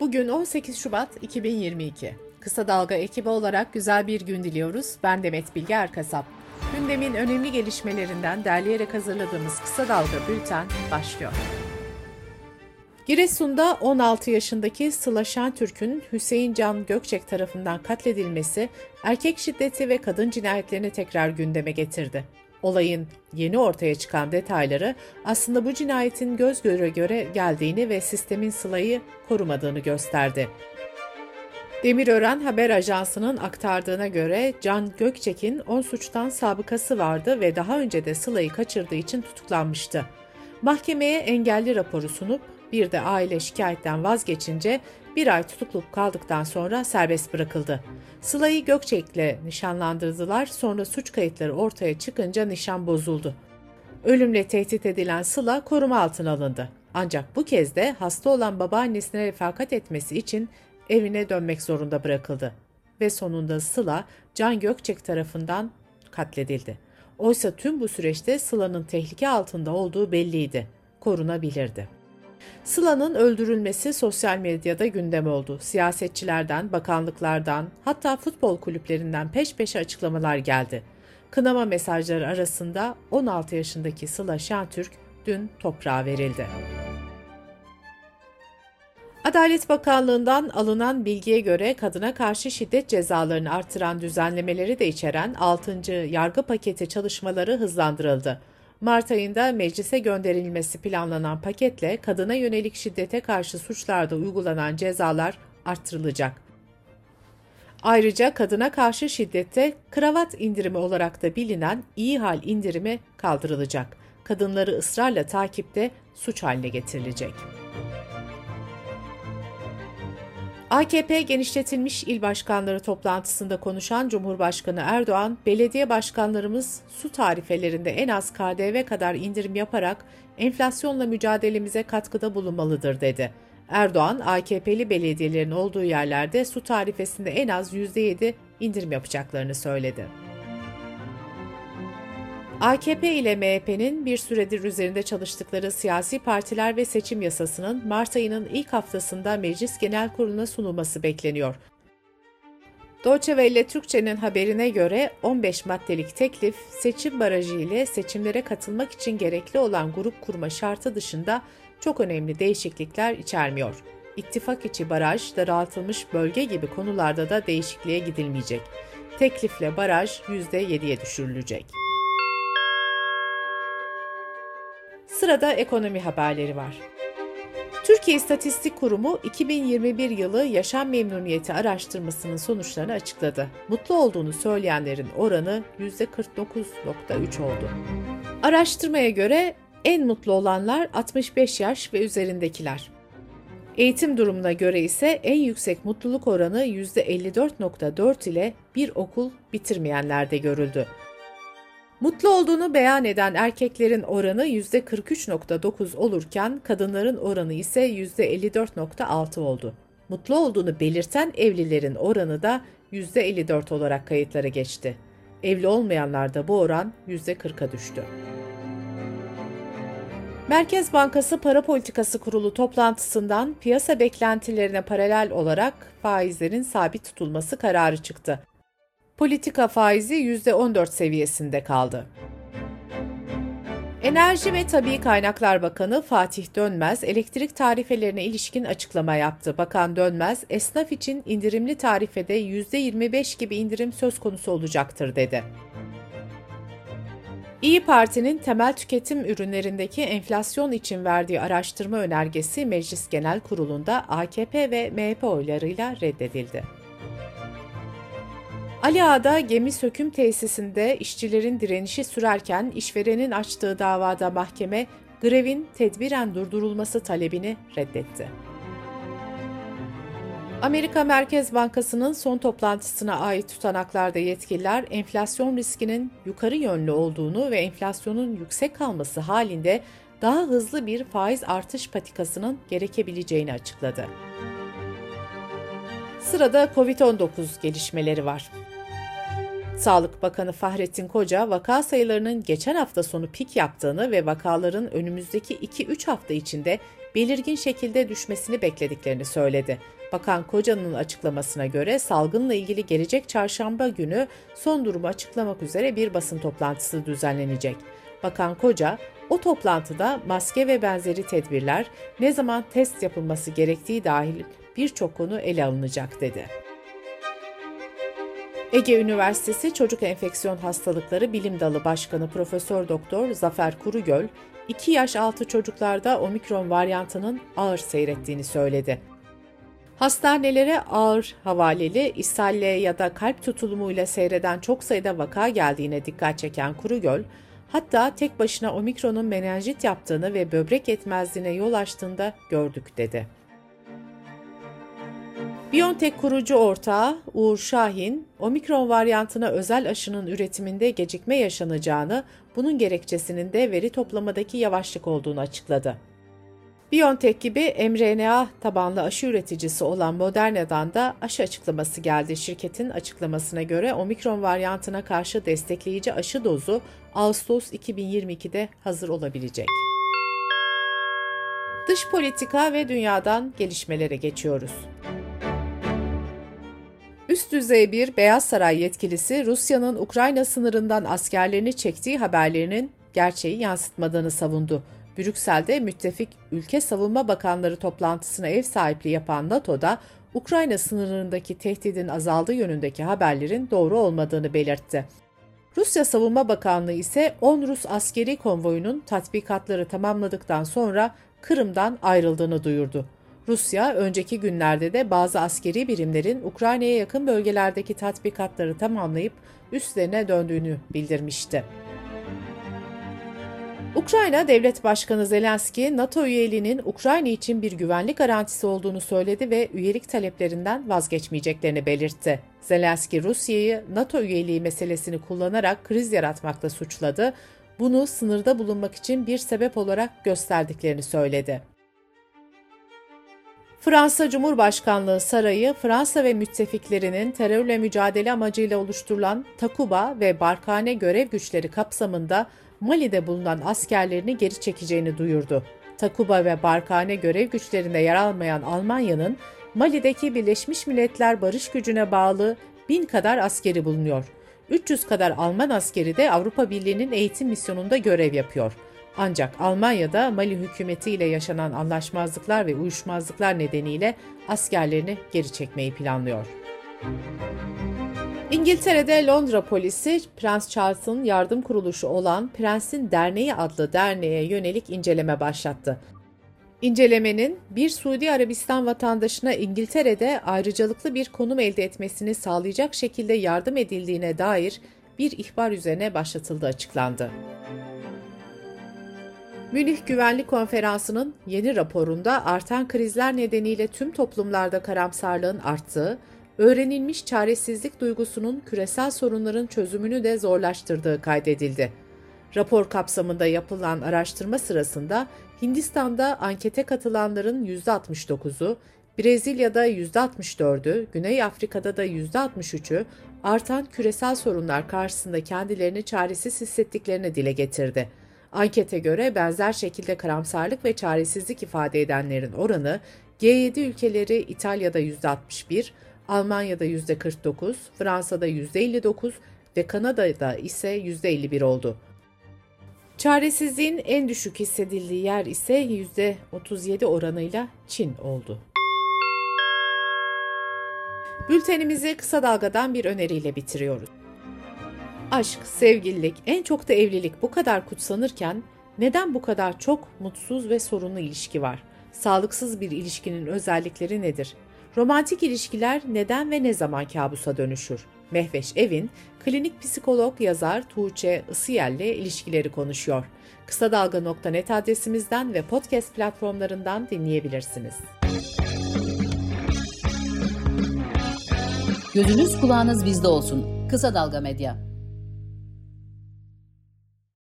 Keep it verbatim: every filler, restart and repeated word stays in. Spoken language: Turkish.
Bugün on sekiz Şubat iki bin yirmi iki. Kısa Dalga ekibi olarak güzel bir gün diliyoruz. Ben Demet Bilge Erkasap. Gündemin önemli gelişmelerinden derleyerek hazırladığımız Kısa Dalga Bülten başlıyor. Giresun'da on altı yaşındaki Sıla Şentürk'ün Hüseyin Can Gökçek tarafından katledilmesi, erkek şiddeti ve kadın cinayetlerini tekrar gündeme getirdi. Olayın yeni ortaya çıkan detayları aslında bu cinayetin göz göre göre geldiğini ve sistemin Sıla'yı korumadığını gösterdi. Demirören Haber Ajansı'nın aktardığına göre Can Gökçek'in on suçtan sabıkası vardı ve daha önce de Sıla'yı kaçırdığı için tutuklanmıştı. Mahkemeye engelli raporu sunup bir de aile şikayetten vazgeçince bir ay tutukluk kaldıktan sonra serbest bırakıldı. Sıla'yı Gökçek'le nişanlandırdılar, sonra suç kayıtları ortaya çıkınca nişan bozuldu. Ölümle tehdit edilen Sıla koruma altına alındı. Ancak bu kez de hasta olan babaannesine refakat etmesi için evine dönmek zorunda bırakıldı. Ve sonunda Sıla, Can Gökçek tarafından katledildi. Oysa tüm bu süreçte Sıla'nın tehlike altında olduğu belliydi, korunabilirdi. Sıla'nın öldürülmesi sosyal medyada gündem oldu. Siyasetçilerden, bakanlıklardan, hatta futbol kulüplerinden peş peşe açıklamalar geldi. Kınama mesajları arasında on altı yaşındaki Sıla Şentürk dün toprağa verildi. Adalet Bakanlığı'ndan alınan bilgiye göre kadına karşı şiddet cezalarını artıran düzenlemeleri de içeren altıncı yargı paketi çalışmaları hızlandırıldı. Mart ayında meclise gönderilmesi planlanan paketle kadına yönelik şiddete karşı suçlarda uygulanan cezalar artırılacak. Ayrıca kadına karşı şiddette kravat indirimi olarak da bilinen iyi hal indirimi kaldırılacak. Kadınları ısrarla takipte suç haline getirilecek. A K P genişletilmiş il başkanları toplantısında konuşan Cumhurbaşkanı Erdoğan, belediye başkanlarımız su tarifelerinde en az K D V kadar indirim yaparak enflasyonla mücadelemize katkıda bulunmalıdır dedi. Erdoğan, A K P'li belediyelerin olduğu yerlerde su tarifesinde en az yüzde yedi indirim yapacaklarını söyledi. A K P ile M H P'nin bir süredir üzerinde çalıştıkları siyasi partiler ve seçim yasasının Mart ayının ilk haftasında Meclis Genel Kurulu'na sunulması bekleniyor. Deutsche Welle Türkçe'nin haberine göre on beş maddelik teklif, seçim barajı ile seçimlere katılmak için gerekli olan grup kurma şartı dışında çok önemli değişiklikler içermiyor. İttifak içi baraj, daraltılmış bölge gibi konularda da değişikliğe gidilmeyecek. Teklifle baraj yüzde yediye düşürülecek. Sırada ekonomi haberleri var. Türkiye İstatistik Kurumu iki bin yirmi bir yılı yaşam memnuniyeti araştırmasının sonuçlarını açıkladı. Mutlu olduğunu söyleyenlerin oranı yüzde kırk dokuz virgül üç oldu. Araştırmaya göre en mutlu olanlar altmış beş yaş ve üzerindekiler. Eğitim durumuna göre ise en yüksek mutluluk oranı yüzde elli dört virgül dört ile bir okul bitirmeyenlerde görüldü. Mutlu olduğunu beyan eden erkeklerin oranı yüzde kırk üç virgül dokuz olurken kadınların oranı ise yüzde elli dört virgül altı oldu. Mutlu olduğunu belirten evlilerin oranı da yüzde elli dört olarak kayıtlara geçti. Evli olmayanlarda bu oran yüzde kırka düştü. Merkez Bankası Para Politikası Kurulu toplantısından piyasa beklentilerine paralel olarak faizlerin sabit tutulması kararı çıktı. Politika faizi yüzde on dört seviyesinde kaldı. Enerji ve Tabii Kaynaklar Bakanı Fatih Dönmez, elektrik tarifelerine ilişkin açıklama yaptı. Bakan Dönmez, esnaf için indirimli tarifede yüzde yirmi beş gibi indirim söz konusu olacaktır dedi. İYİ Parti'nin temel tüketim ürünlerindeki enflasyon için verdiği araştırma önergesi Meclis Genel Kurulu'nda A K P ve M H P oylarıyla reddedildi. Ali Ağa'da gemi söküm tesisinde işçilerin direnişi sürerken işverenin açtığı davada mahkeme grevin tedbiren durdurulması talebini reddetti. Amerika Merkez Bankası'nın son toplantısına ait tutanaklarda yetkililer enflasyon riskinin yukarı yönlü olduğunu ve enflasyonun yüksek kalması halinde daha hızlı bir faiz artış patikasının gerekebileceğini açıkladı. Sırada kovid on dokuz gelişmeleri var. Sağlık Bakanı Fahrettin Koca, vaka sayılarının geçen hafta sonu pik yaptığını ve vakaların önümüzdeki iki üç hafta içinde belirgin şekilde düşmesini beklediklerini söyledi. Bakan Koca'nın açıklamasına göre salgınla ilgili gelecek çarşamba günü son durumu açıklamak üzere bir basın toplantısı düzenlenecek. Bakan Koca, o toplantıda maske ve benzeri tedbirler, ne zaman test yapılması gerektiği dahil birçok konu ele alınacak dedi. Ege Üniversitesi Çocuk Enfeksiyon Hastalıkları Bilim Dalı Başkanı Profesör Doktor Zafer Kurugöl, iki yaş altı çocuklarda omikron varyantının ağır seyrettiğini söyledi. Hastanelere ağır havaleli, ishalle ya da kalp tutulumuyla seyreden çok sayıda vaka geldiğine dikkat çeken Kurugöl, hatta tek başına omikronun menenjit yaptığını ve böbrek yetmezliğine yol açtığını da gördük dedi. BioNTech kurucu ortağı Uğur Şahin, omikron varyantına özel aşının üretiminde gecikme yaşanacağını, bunun gerekçesinin de veri toplamadaki yavaşlık olduğunu açıkladı. BioNTech gibi mRNA tabanlı aşı üreticisi olan Moderna'dan da aşı açıklaması geldi. Şirketin açıklamasına göre omikron varyantına karşı destekleyici aşı dozu Ağustos iki bin yirmi ikide hazır olabilecek. Dış politika ve dünyadan gelişmelere geçiyoruz. Üst düzey bir Beyaz Saray yetkilisi Rusya'nın Ukrayna sınırından askerlerini çektiği haberlerinin gerçeği yansıtmadığını savundu. Brüksel'de müttefik ülke savunma bakanları toplantısına ev sahipliği yapan NATO'da Ukrayna sınırındaki tehdidin azaldığı yönündeki haberlerin doğru olmadığını belirtti. Rusya Savunma Bakanlığı ise on Rus askeri konvoyunun tatbikatları tamamladıktan sonra Kırım'dan ayrıldığını duyurdu. Rusya, önceki günlerde de bazı askeri birimlerin Ukrayna'ya yakın bölgelerdeki tatbikatları tamamlayıp üslerine döndüğünü bildirmişti. Ukrayna Devlet Başkanı Zelenski, NATO üyeliğinin Ukrayna için bir güvenlik garantisi olduğunu söyledi ve üyelik taleplerinden vazgeçmeyeceklerini belirtti. Zelenski, Rusya'yı NATO üyeliği meselesini kullanarak kriz yaratmakla suçladı, bunu sınırda bulunmak için bir sebep olarak gösterdiklerini söyledi. Fransa Cumhurbaşkanlığı Sarayı, Fransa ve müttefiklerinin terörle mücadele amacıyla oluşturulan Takuba ve Barkhane görev güçleri kapsamında Mali'de bulunan askerlerini geri çekeceğini duyurdu. Takuba ve Barkhane görev güçlerinde yer almayan Almanya'nın Mali'deki Birleşmiş Milletler Barış Gücü'ne bağlı bin kadar askeri bulunuyor. üç yüz kadar Alman askeri de Avrupa Birliği'nin eğitim misyonunda görev yapıyor. Ancak Almanya'da Mali hükümetiyle yaşanan anlaşmazlıklar ve uyuşmazlıklar nedeniyle askerlerini geri çekmeyi planlıyor. İngiltere'de Londra polisi, Prens Charles'ın yardım kuruluşu olan Prensin Derneği adlı derneğe yönelik inceleme başlattı. İncelemenin bir Suudi Arabistan vatandaşına İngiltere'de ayrıcalıklı bir konum elde etmesini sağlayacak şekilde yardım edildiğine dair bir ihbar üzerine başlatıldığı açıklandı. Münih Güvenlik Konferansı'nın yeni raporunda artan krizler nedeniyle tüm toplumlarda karamsarlığın arttığı, öğrenilmiş çaresizlik duygusunun küresel sorunların çözümünü de zorlaştırdığı kaydedildi. Rapor kapsamında yapılan araştırma sırasında Hindistan'da ankete katılanların yüzde altmış dokuzu, Brezilya'da yüzde altmış dördü, Güney Afrika'da da yüzde altmış üçü artan küresel sorunlar karşısında kendilerini çaresiz hissettiklerini dile getirdi. Ankete göre benzer şekilde karamsarlık ve çaresizlik ifade edenlerin oranı G yedi ülkeleri İtalya'da yüzde altmış bir, Almanya'da yüzde kırk dokuz, Fransa'da yüzde elli dokuz ve Kanada'da ise yüzde elli bir oldu. Çaresizliğin en düşük hissedildiği yer ise yüzde otuz yedi oranıyla Çin oldu. Bültenimizi kısa dalgadan bir öneriyle bitiriyoruz. Aşk, sevgililik, en çok da evlilik bu kadar kutsanırken neden bu kadar çok mutsuz ve sorunlu ilişki var? Sağlıksız bir ilişkinin özellikleri nedir? Romantik ilişkiler neden ve ne zaman kabusa dönüşür? Mehveş Evin, klinik psikolog yazar Tuğçe Isıyel ile ilişkileri konuşuyor. kısa dalga nokta net adresimizden ve podcast platformlarından dinleyebilirsiniz. Gözünüz kulağınız bizde olsun. Kısa Dalga Medya.